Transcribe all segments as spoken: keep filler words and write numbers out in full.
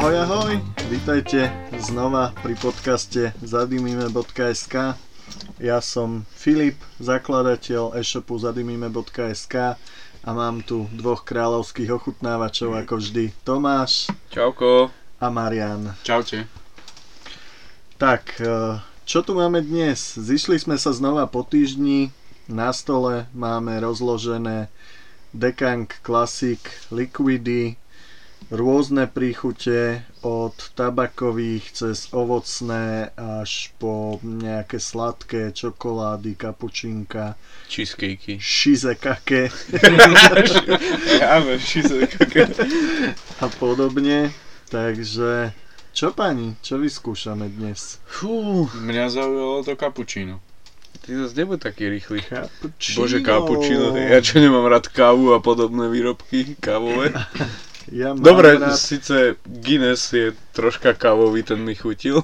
Ahoj, ahoj, vítajte znova pri podcaste zadymime bodka es ká. Ja som Filip, zakladateľ e-shopu zadymime bodka es ká a mám tu dvoch kráľovských ochutnávačov ako vždy, Tomáš. Čauko. A Marian. Čaute. Tak, čo tu máme dnes? Zišli sme sa znova po týždni, na stole máme rozložené Dekank Classic Liquidy, rôzne príchute od tabakových cez ovocné až po nejaké sladké čokolády, kapučínka, cheesecakey, shizekake Áno, shizekake a podobne. Takže čo pani, čo vyskúšame dnes? Fú, mňa zaujalo to kapučíno. ty zase nebuď taký rýchly. Kapučíno. Bože, kapučíno, ja čo nemám rád kávu a podobné výrobky kávové. Ja mám Dobre, rád... síce Guinness je troška kávový, ten mi chutil.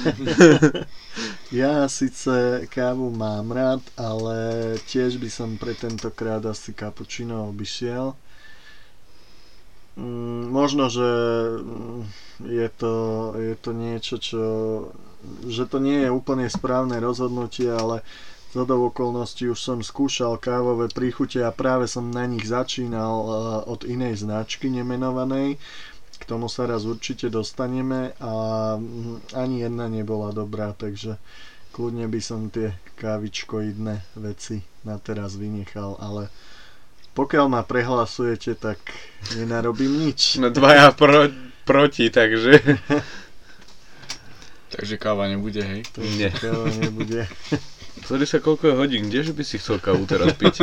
Ja síce kávu mám rád, ale tiež by som pre tentokrát asi kapučíno obišiel. Mm, možno, že je to, je to niečo, čo, že to nie je úplne správne rozhodnutie, ale zhodou okolností už som skúšal kávové príchute a práve som na nich začínal od inej značky nemenovanej. K tomu sa raz určite dostaneme a ani jedna nebola dobrá, takže kľudne by som tie kávičkoidné veci na teraz vynechal, ale pokiaľ ma prehlasujete, tak nenarobím nič. No dvaja pro, proti, takže... Takže káva nebude, hej? Takže Nie. káva nebude. Pozri sa, koľko je hodín, kdeže by si chcel kávu teraz piť?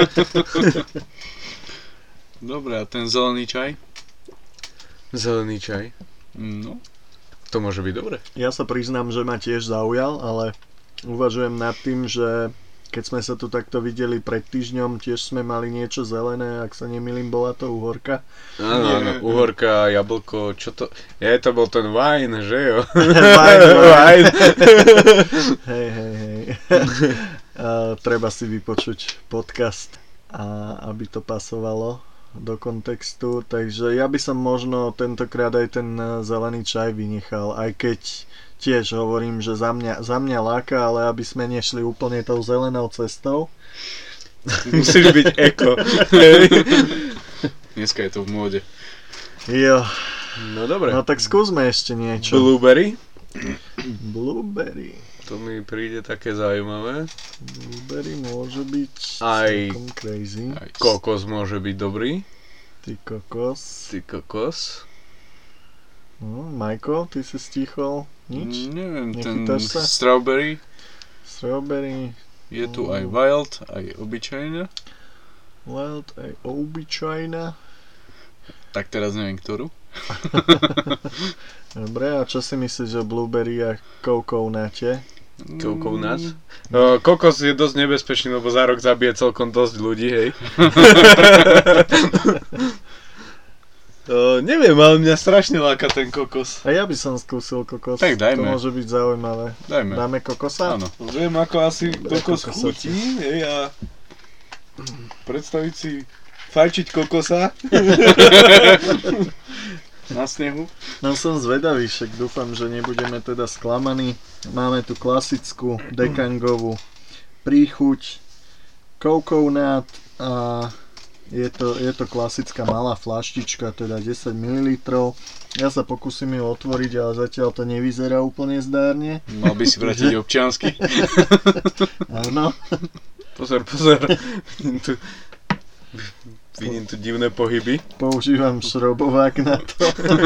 Dobre, a ten zelený čaj? Zelený čaj? No. To môže byť dobre. Ja sa priznám, že ma tiež zaujal, ale uvažujem nad tým, že keď sme sa tu takto videli pred týždňom, tiež sme mali niečo zelené, ak sa nemýlim, bola to uhorka. Áno, áno, uhorka, jablko, čo to... Je, to bol ten wine, že jo? Wine, wine. Hej, hej, hej. A treba si vypočuť podcast, a aby to pasovalo do kontextu, takže ja by som možno tentokrát aj ten zelený čaj vynechal, aj keď tiež hovorím, že za mňa, za mňa láka, ale aby sme nešli úplne tou zelenou cestou. Musíš byť eko. Dneska je to v móde. Jo. No dobre. No tak skúsme ešte niečo. Blueberry? Blueberry. To mi príde také zaujímavé. Blueberry môže byť Aj celkom crazy. Aj kokos môže byť dobrý. Ty kokos. Ty kokos. No, Majko, ty si stíchol? Nič? Neviem, ten Nechytáš sa? strawberry. Strawberry. Je tu aj wild, aj obyčajná. Wild, aj obyčajná. Tak teraz neviem ktorú. Dobre, a čo si myslíš o blueberry a coconute? Coconut? No, kokos je dosť nebezpečný, lebo za rok zabije celkom dosť ľudí, hej. To neviem, ale mňa strašne láka ten kokos. A ja by som skúsil kokos. Tak dajme. To môže byť zaujímavé. Dajme. Dáme kokosa? Áno. Viem, ako asi kokos kokosa. chutí, hej, a predstaviť si fajčiť kokosa Na snehu. No som zvedavý, však dúfam, že nebudeme teda sklamaní. Máme tu klasickú dekangovú príchuť, coconut a je to, je to klasická malá flaštička, teda desať mililitrov. Ja sa pokúsim ju otvoriť, ale zatiaľ to nevyzerá úplne zdárne. Mal by si vrátiť občiansky. Áno. Pozor, pozor. tu, vidím tu divné pohyby. Používam šrobovák na to.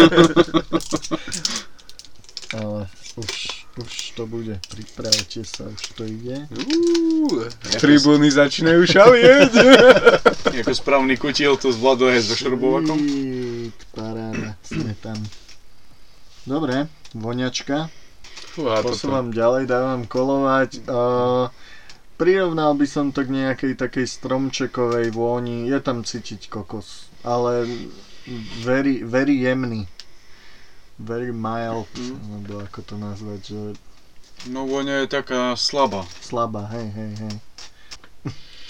Ale už, už to bude. Pripravte sa, už to ide. Uuu, tribúny začínajú šalieť. Ako správny kutiel to zvládol aj so šrobovakom. Jíť, paráda, sme tam. Dobre, voňačka. Fúha, Posúvam ďalej, dávam kolovať. Uh, prirovnal by som to k nejakej takej stromčekovej vôni. Je tam cítiť kokos, ale very, very jemný. Very mild, mm. alebo ako to nazvať, že... No voňa je taká slabá. Slabá, hej, hej, hej.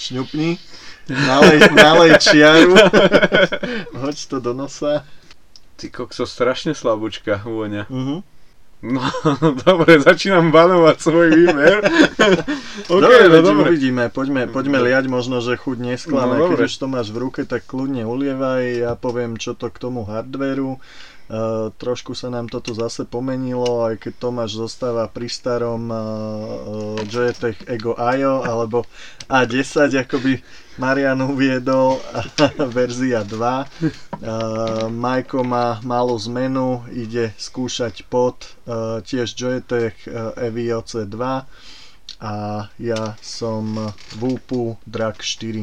Šňupni, nalej, nalej čiaru, hoď to do nosa. Ty kokso, strašne slabúčka vôňa. Mhm. No, dobre, začínam banovať svoj výber. Okay, dobre, no veď dobre. uvidíme, poďme, poďme liať, možno, že chuť nesklame. No, Keď dobre. už to máš v ruke, tak kľudne ulievaj, ja poviem čo to k tomu hardvéru. Uh, trošku sa nám toto zase pomenilo, aj keď Tomáš zostáva pri starom uh, uh, Joyetech Ego í ó alebo á desať, ako by Marian uviedol, verzia dva. Uh, Majko má malú zmenu, ide skúšať pod uh, tiež Joyetech uh, é vé í ó cé dva a ja som Whoopoo Drag štyri.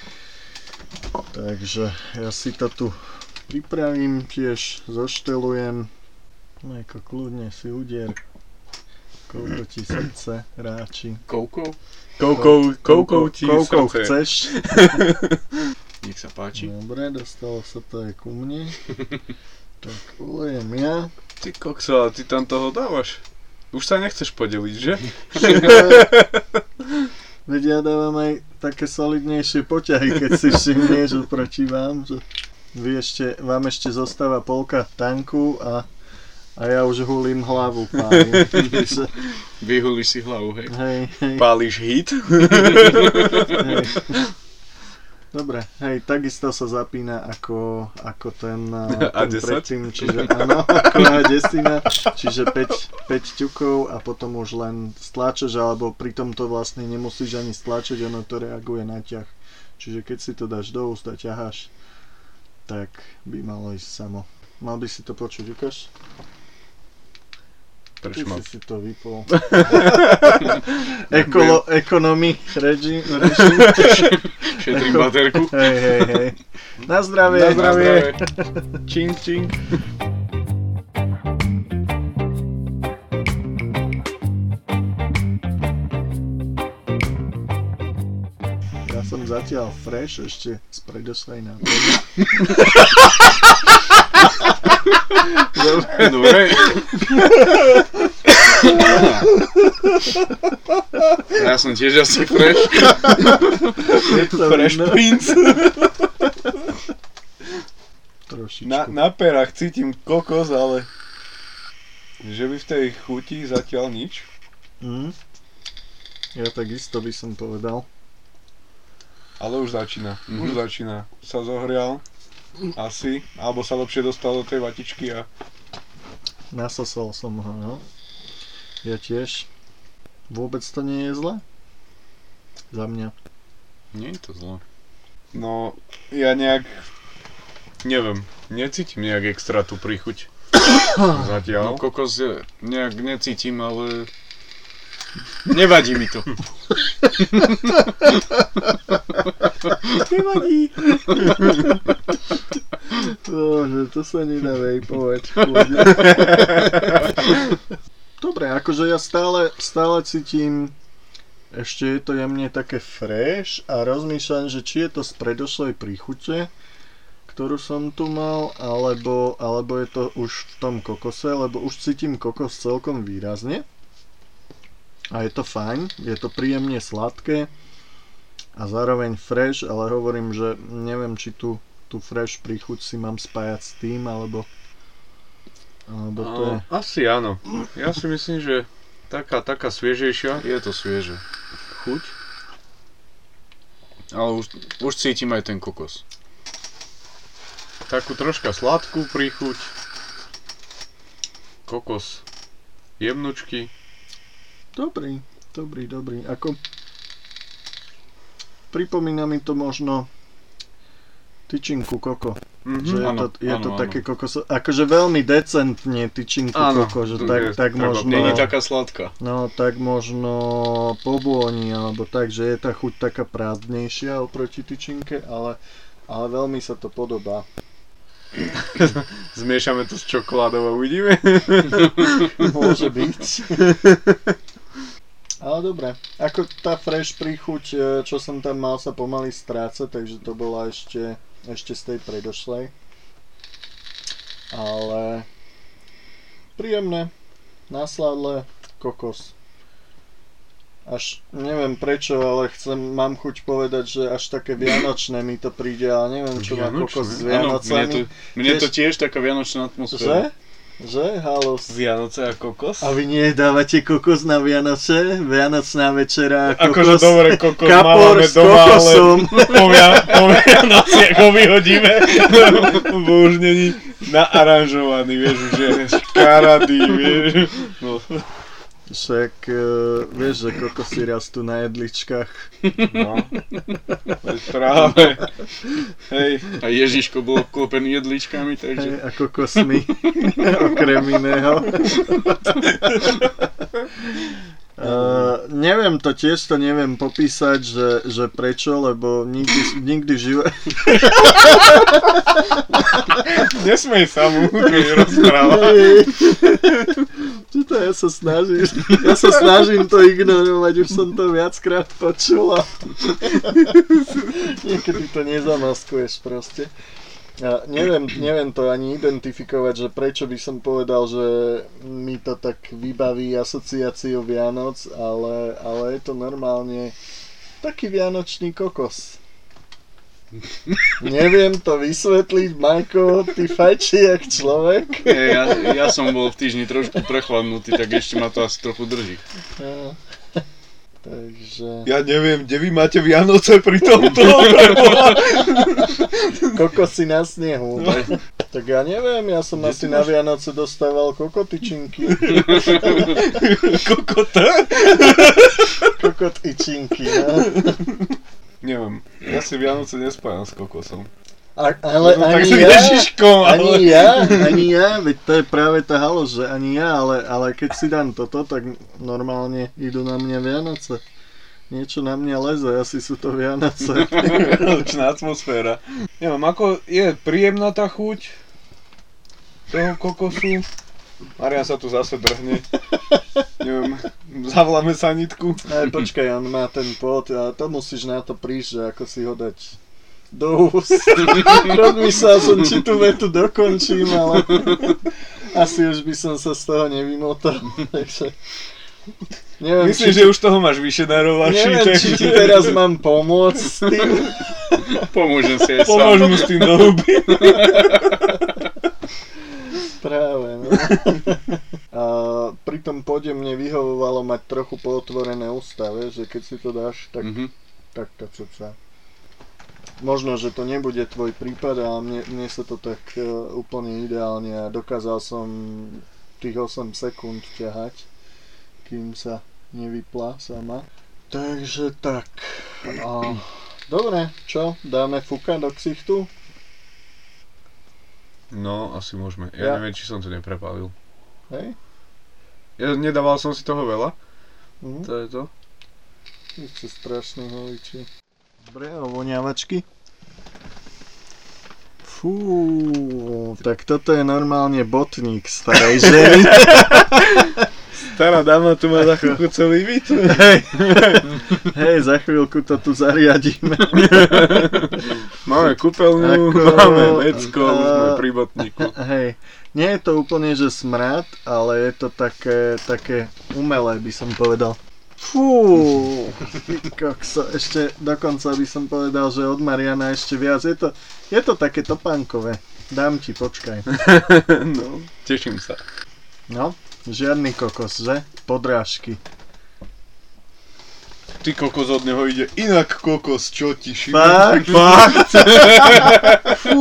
Takže ja si to tu pripravím, tiež zoštelujem. Majko, kľudne si udier. Koľko ti srdce ráči. Koukou? Koukou, koukou ti Koľko srdce. chceš. Nech sa páči. Dobre, dostalo sa to aj ku mne. Tak ulejem ja. Ty kokso, ale ty tam toho dávaš. Už sa nechceš podeliť, že? Veď ja dávam aj také solidnejšie poťahy, keď si všimneš oproti vám, že vy ešte, vám ešte zostáva polka tanku a, a ja už hulím hlavu, páni. Vyhulíš si hlavu, hej. Hej, hej, Pálíš hit? hej. Dobre, hej, takisto sa zapína ako, ako ten, ten á desať? predtým, čiže áno, ako á desať, čiže päť, päť ťukov a potom už len stlačeš, alebo pri tomto vlastne nemusíš ani stlačiť, ono to reaguje na ťah. Čiže keď si to dáš do úst a ťaháš, tak by malo ísť samo. Mal by si to počuť, ukáž? Ty Prečo mám? si si to vypol. Ekolo, economy režim. režim. Šetrím baterku. Hej, hej, hej. Na zdravie. Na zdravie. Čink, čink. Ja som zatiaľ fresh ešte z predošlej nápady. Dobre. Ja som tiež asi fresh. Je to Fresh vidno? Prince. Trošičku. Na, na perách cítim kokos, ale že by v tej chuti zatiaľ nič. Mm. Ja takisto by som povedal. Ale už začína, Mhm. už začína. Sa zohrial, asi, alebo sa lepšie dostal do tej vatičky a... Nasosol som ho, no. Ja tiež. Vôbec to nie je zle? Za mňa. Nie je to zlo. No, ja nejak... Neviem, necítim nejak extra tú príchuť. No Zatiaľ. kokos je, nejak necítim, ale... Nevadí mi to. Nevadí. Bože, to sa nedá vejpovať. Dobre, akože ja stále, stále cítim, ešte je to jemne také fresh a rozmýšľam, že či je to z predošlej príchute, ktorú som tu mal, alebo, alebo je to už v tom kokose, lebo už cítim kokos celkom výrazne. A je to fajn, je to príjemne sladké a zároveň fresh, ale hovorím, že neviem, či tu, tu fresh príchuť si mám spájať s tým, alebo, alebo to je... No, asi áno. Ja si myslím, že taká, taká sviežejšia Je to svieže. chuť. Ale už, už cítim aj ten kokos. Takú troška sladkú príchuť. Kokos jemnučky. Dobrý, dobrý, dobrý. Ako... Pripomína mi to možno tyčinku koko. Mhm. Že je Áno, to, je to áno, také kokoso... Akože veľmi decentne tyčinku Áno, koko, že to tak, je tak treba- možno... Není taká sladká. No, tak možno pobôni, alebo tak, že je tá chuť taká prázdnejšia oproti tyčinke, ale, ale veľmi sa to podobá. Zmiešame to s čokoládou a uvidíme. Môže byť. Ale dobre, ako tá fresh príchuť, čo som tam mal, sa pomaly stráca, takže to bola ešte, ešte z tej predošlej. Ale príjemné, nasládle, kokos. až, neviem prečo, ale chcem, mám chuť povedať, že až také vianočné mi to príde, ale neviem, čo má kokos s Áno, mne Vianocami. to, mne to tiež taká vianočná Že? atmosféra. Že? Halus. Vianoce a kokos? A vy nedávate kokos na Vianoce? Vianocná večera, Akože kokos, dobre, kokos kapor máme s doma, ale kokosom. po, via, po Vianociach ho vyhodíme, lebo už není naaranžovaný, vieš, už je škaradý, vieš. No. Však uh, vieš, že kokosy rastú na jedličkách. No, veď práve. Hej, A Ježiško bol obklopený jedličkami, takže... Hej, a kokosmi, okrem iného. Uh, neviem to tiež, to neviem popísať, že, že prečo, lebo nikdy, nikdy v živote... nesmej sa mu, keď rozpráva. Čo to ja sa snažím, ja sa snažím to ignorovať, už som to viackrát počul a niekedy to nezamaskuješ proste. Ja neviem, neviem to ani identifikovať, že prečo by som povedal, že mi to tak vybaví asociáciu Vianoc, ale, ale je to normálne taký vianočný kokos. Neviem to vysvetliť, Majko, ty fajči jak človek. Hey, ja, ja som bol v týždni trošku prechladnutý, tak ešte ma to asi trochu drží. Ja. Takže... Ja neviem, kde vy máte Vianoce pri tomto? Kokosy na snehu. Tak, tak ja neviem, ja som asi na Vianoce dostával kokotyčinky. Kokota? Kokotyčinky, no. Neviem, ja si Vianoce nespájam s kokosom. A, ale No, tak ani s ja, Ježiškom, ale... ani ja, ani ja, veď to je práve tá halosť, že ani ja, ale, ale keď si dám toto, tak normálne idú na mňa Vianoce. Niečo na mňa leze, asi sú to Vianoce. Vianočná atmosféra. Neviem, ako je príjemná tá chuť toho kokosu. Marian sa tu zase drhne. Neviem, zavoláme sanitku. Aj počkaj, on má ten pot a to musíš na to prísť, že ako si ho dať do úst. Rozmyslel som, či tú vetu dokončím, ale asi už by som sa z toho nevymotal. Takže... Neviem, Myslím, či... že už toho máš vyše narovačí. Neviem, či ti teraz mám pomôcť s tým. Pomôžem si aj Pomôž sám. mu s tým do huby. Práve, no. A pri tom pode mne vyhovovalo mať trochu pootvorené ústa, vieš, že keď si to dáš, tak, Mhm. tak to ceca. Možno, že to nebude tvoj prípad, ale mne, mne sa to tak uh, úplne ideálne a dokázal som tých osem sekúnd ťahať, kým sa nevyplá sama. Takže tak. A, dobre, čo? Dáme fuka do ksichtu? No, asi môžeme. Ja. Ja neviem, či som to neprepálil. Hej? Ja nedával som si toho veľa. Mhm. To je to. Vy ste strašní holiči. Dobre, a voňavačky? Fú, tak toto je normálne botník starej ženy. Stará dáma tu má za chvíľku celý byt. Hej, hej, za chvíľku to tu zariadíme. Máme kúpeľňu, Ako, máme vecko, a- už sme pri botníku. Hej, nie je to úplne že smrad, ale je to také, také umelé, by som povedal. Fú, ty kokso, ešte dokonca by som povedal, že od Mariana ešte viac. Je to, je to také topánkové. Dám ti, počkaj. No, teším sa. No, žiadny kokos, že? Podrážky. Ty kokos od neho ide inak kokos, čo ti šíbe? Fakt? Fakt? Fú.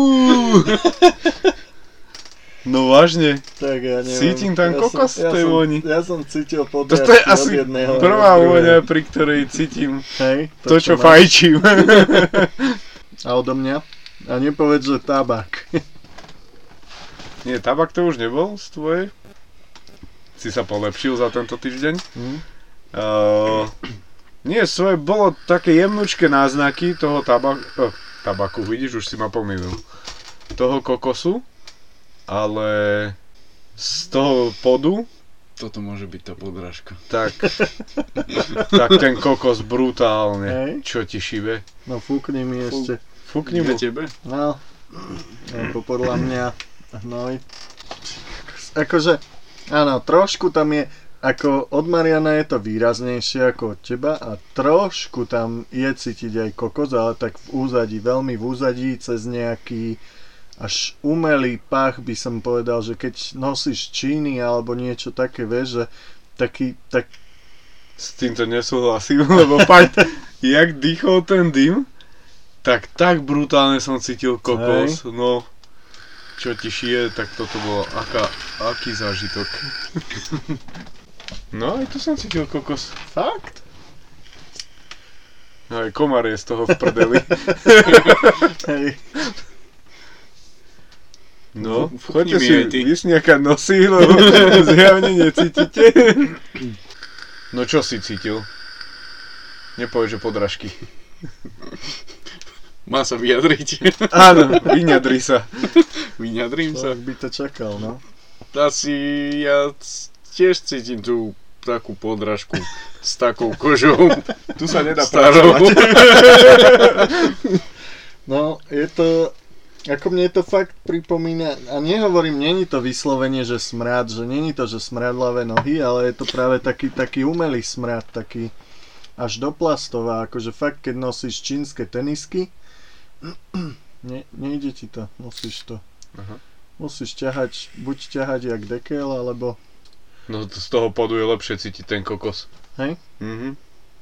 No vážne, Tak ja neviem. Cítim tam ja kokos som, v ja tej som, voni. Ja som cítil toto je podrážky asi od jedného. prvá od druhého. vôňa, pri ktorej cítim Hej, to, čo máš. fajčím. A odo mňa? A nepovedz, že tabak. Nie, tabak to už nebol z tvojej? Si sa polepšil za tento týždeň? Hm? Uh, nie, svoje bolo také jemnučké náznaky toho tabak, oh, tabaku, vidíš, už si ma pomýlil. Toho kokosu, ale z toho podu, Toto môže byť tá podrážka. tak, tak ten kokos brutálne. Hej. Čo ti šibe? No fúkni mi Fú. ešte. Fúkni mu. Kde tebe? No, ako podľa mňa hnoj. Akože, áno, trošku tam je, ako od Mariana je to výraznejšie ako od teba a trošku tam je cítiť aj kokos, ale tak v úzadí, veľmi v úzadí, cez nejaký až umelý pach by som povedal, že keď nosíš číny alebo niečo také, vieš, že taký, tak... S týmto nesúhlasím, lebo fakt, jak dýchol ten dym, tak tak brutálne som cítil kokos, hej. No, čo ti šije, tak toto bolo aká, aký zážitok. No, aj tu som cítil kokos. Fakt? Aj komar je z toho v prdeli. Hej. No, choďte si vysniaka nosí, lebo zjavne necítite. No čo si cítil? Nepovieš, že podrážky. Má sa vyjadriť. Áno, vyňadri sa. Vyňadrím sa. Tak by to čakal, no. Asi ja tiež cítim tú takú podrážku s takou kožou. Tu sa nedá starou. pracovať. No, je to... Ako mne to fakt pripomína, a nehovorím, není to vyslovene, že smrad, že není to, že smradlavé nohy, ale je to práve taký, taký umelý smrad, taký až do plastová, akože fakt, keď nosíš čínske tenisky, ne, nejde ti to, musíš to, aha. Musíš ťahať, buď ťahať jak dekel, alebo... No z toho podu je lepšie cítiť ten kokos. Hej? Mhm.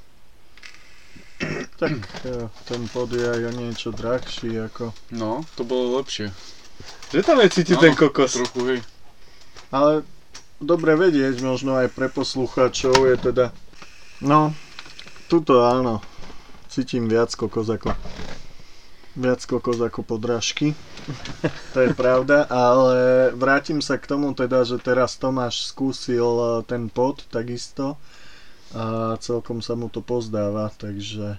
Tak jo, ten pod je aj o niečo drahší ako... No, to bolo lepšie. Že tam je cítiť no, ten kokos. Trochu, hej. Ale dobre vedieť, možno aj pre poslucháčov je teda... No, tuto áno, cítim viac kokos ako... Viac kokos ako podrážky. To je pravda, ale vrátim sa k tomu teda, že teraz Tomáš skúsil ten pod takisto. A celkom sa mu to pozdáva, takže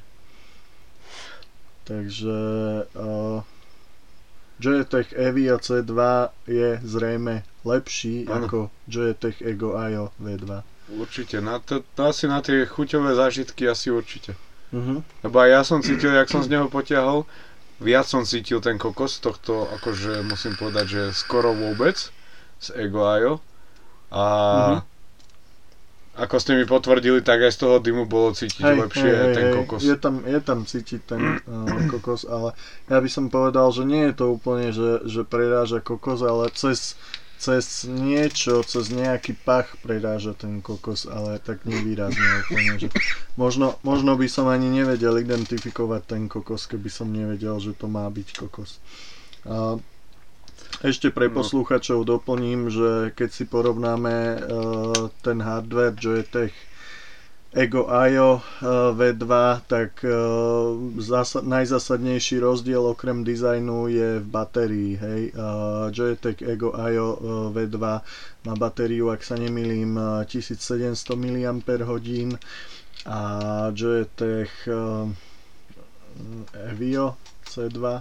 takže uh, Joyetech Evio cé dva je zrejme lepší ano. Ako Joyetech Ego í ó vé dva. Určite, na to, asi na tie chuťové zážitky asi určite. Uh-huh. Lebo aj ja som cítil, jak som z neho potiahol, viac som cítil ten kokos tohto, akože musím povedať, že skoro vôbec z Ego í ó. A uh-huh. Ako ste mi potvrdili, tak aj z toho dymu bolo cítiť hej, lepšie hej, ten hej, kokos. Je tam, je tam cítiť ten uh, kokos, ale ja by som povedal, že nie je to úplne, že, že preráža kokos, ale cez, cez niečo, cez nejaký pach preráža ten kokos, ale tak nevýrazne úplne. Že možno, možno by som ani nevedel identifikovať ten kokos, keby som nevedel, že to má byť kokos. Uh, Ešte pre poslúchačov doplním, že keď si porovnáme uh, ten hardware Joyetech Ego í ó uh, vé dva, tak uh, zásad, najzásadnejší rozdiel okrem dizajnu je v batérii. Hej. Uh, Joyetech Ego í ó uh, vé dva má batériu, ak sa nemýlim, uh, tisícsedemsto miliampérhodín a Joyetech uh, Evio cé dva,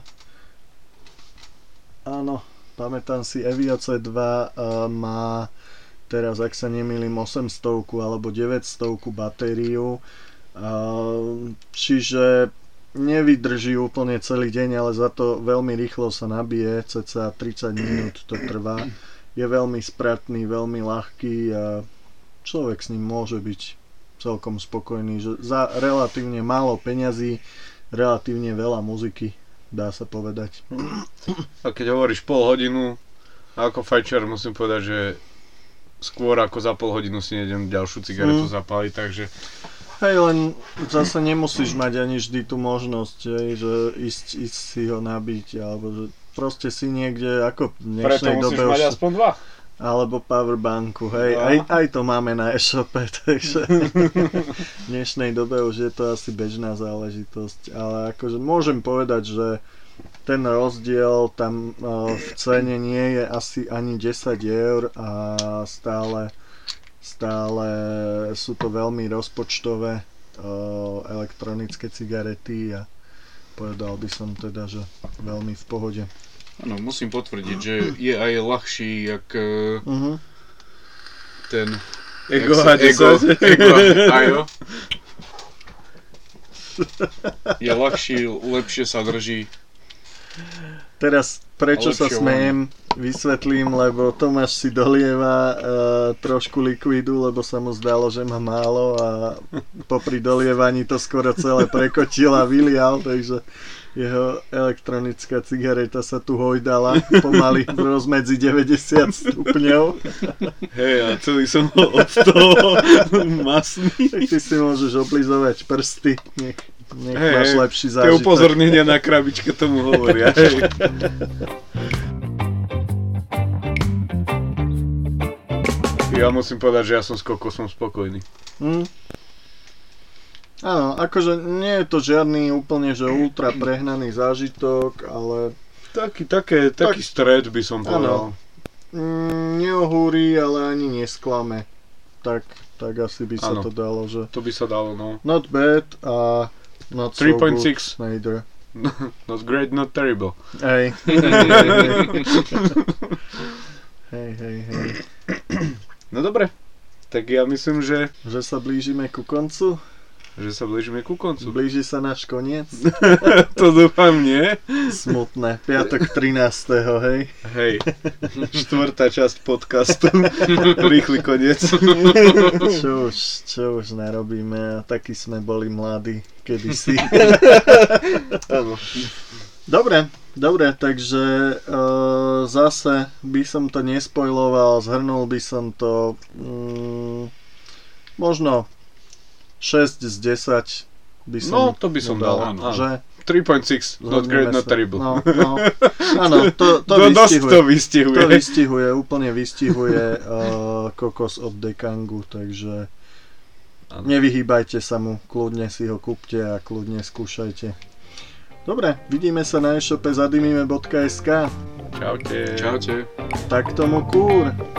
áno, pamätám si, Evio cé dva uh, má teraz, ak sa nemýlim, osemsto alebo deväťsto batériu, uh, čiže nevydrží úplne celý deň, ale za to veľmi rýchlo sa nabije, cca tridsať minút to trvá. Je veľmi spratný, veľmi ľahký a človek s ním môže byť celkom spokojný, že za relatívne málo peňazí, relatívne veľa muziky, dá sa povedať. A keď hovoríš pol hodinu, ako fajčiar musím povedať, že skôr ako za pol hodinu si nejdem ďalšiu cigaretu mm. zapáliť, takže... Hej, len zase nemusíš mať ani vždy tú možnosť, hej, že ísť, ísť si ho nabiť, alebo že proste si niekde, ako v dnešnej dobe... Preto musíš mať aspoň dva. Alebo powerbanku, hej, no. aj, aj to máme na e-shope, takže v dnešnej dobe už je to asi bežná záležitosť, ale akože môžem povedať, že ten rozdiel tam uh, v cene nie je asi ani desať eur a stále, stále sú to veľmi rozpočtové uh, elektronické cigarety a povedal by som teda, že veľmi v pohode. Áno, musím potvrdiť, že je aj ľahší, jak uh-huh. ten Ego Ego í ó. Je ľahší, lepšie sa drží. Teraz prečo Ale sa čo smejem, vysvetlím, lebo Tomáš si dolieva uh, trošku likvidu, lebo sa mu zdalo, že má málo a popri dolievaní to skoro celé prekotil a vylial, takže jeho elektronická cigareta sa tu hojdala pomaly v rozmedzi deväťdesiat stupňov. Hej, a celý som bol od toho masný. Tak ty si môžeš oblizovať prsty, nech, nech Hej, máš lepší tie zážitok. upozornenia na krabičke tomu hovoria. Hej. Ja musím povedať, že ja som s kokosom spokojný. Hm. Áno, akože nie je to žiadny úplne, že ultra prehnaný zážitok, ale Taký, také, taký Tak- stred by som povedal. mm, neohúri, ale ani nesklame. Tak, tak asi by sa Áno. to dalo, že To by sa dalo, no. not bad a not so three good point six. neither. Not great, not terrible. Hej. hej, hej, hej. No dobre. Tak ja myslím, že, Že sa blížime ku koncu? že sa blížime ku koncu. Blíži sa náš koniec? To dúfam, nie? Smutné. Piatok trinásteho hej. Hej. Štvrtá časť podcastu. Rýchly koniec. Čo už, čo už narobíme, a takí sme boli mladí kedysi. Áno. Dobre, dobre, takže uh, zase by som to nespoiloval, zhrnul by som to mm, možno šesť z desať by som No, to by som mu dal, áno. že three point six. Not great, zhodneme not sa. terrible. No, no, áno, to, to To dosť vystihuje. to vystihuje. To vystihuje, úplne vystihuje uh, kokos od Dekangu, takže Áno. nevyhýbajte sa mu, kľudne si ho kúpte a kľudne skúšajte. Dobre, vidíme sa na e-shope zadimime bodka es ká. Čaute. Čaute. Tak tomu kúr.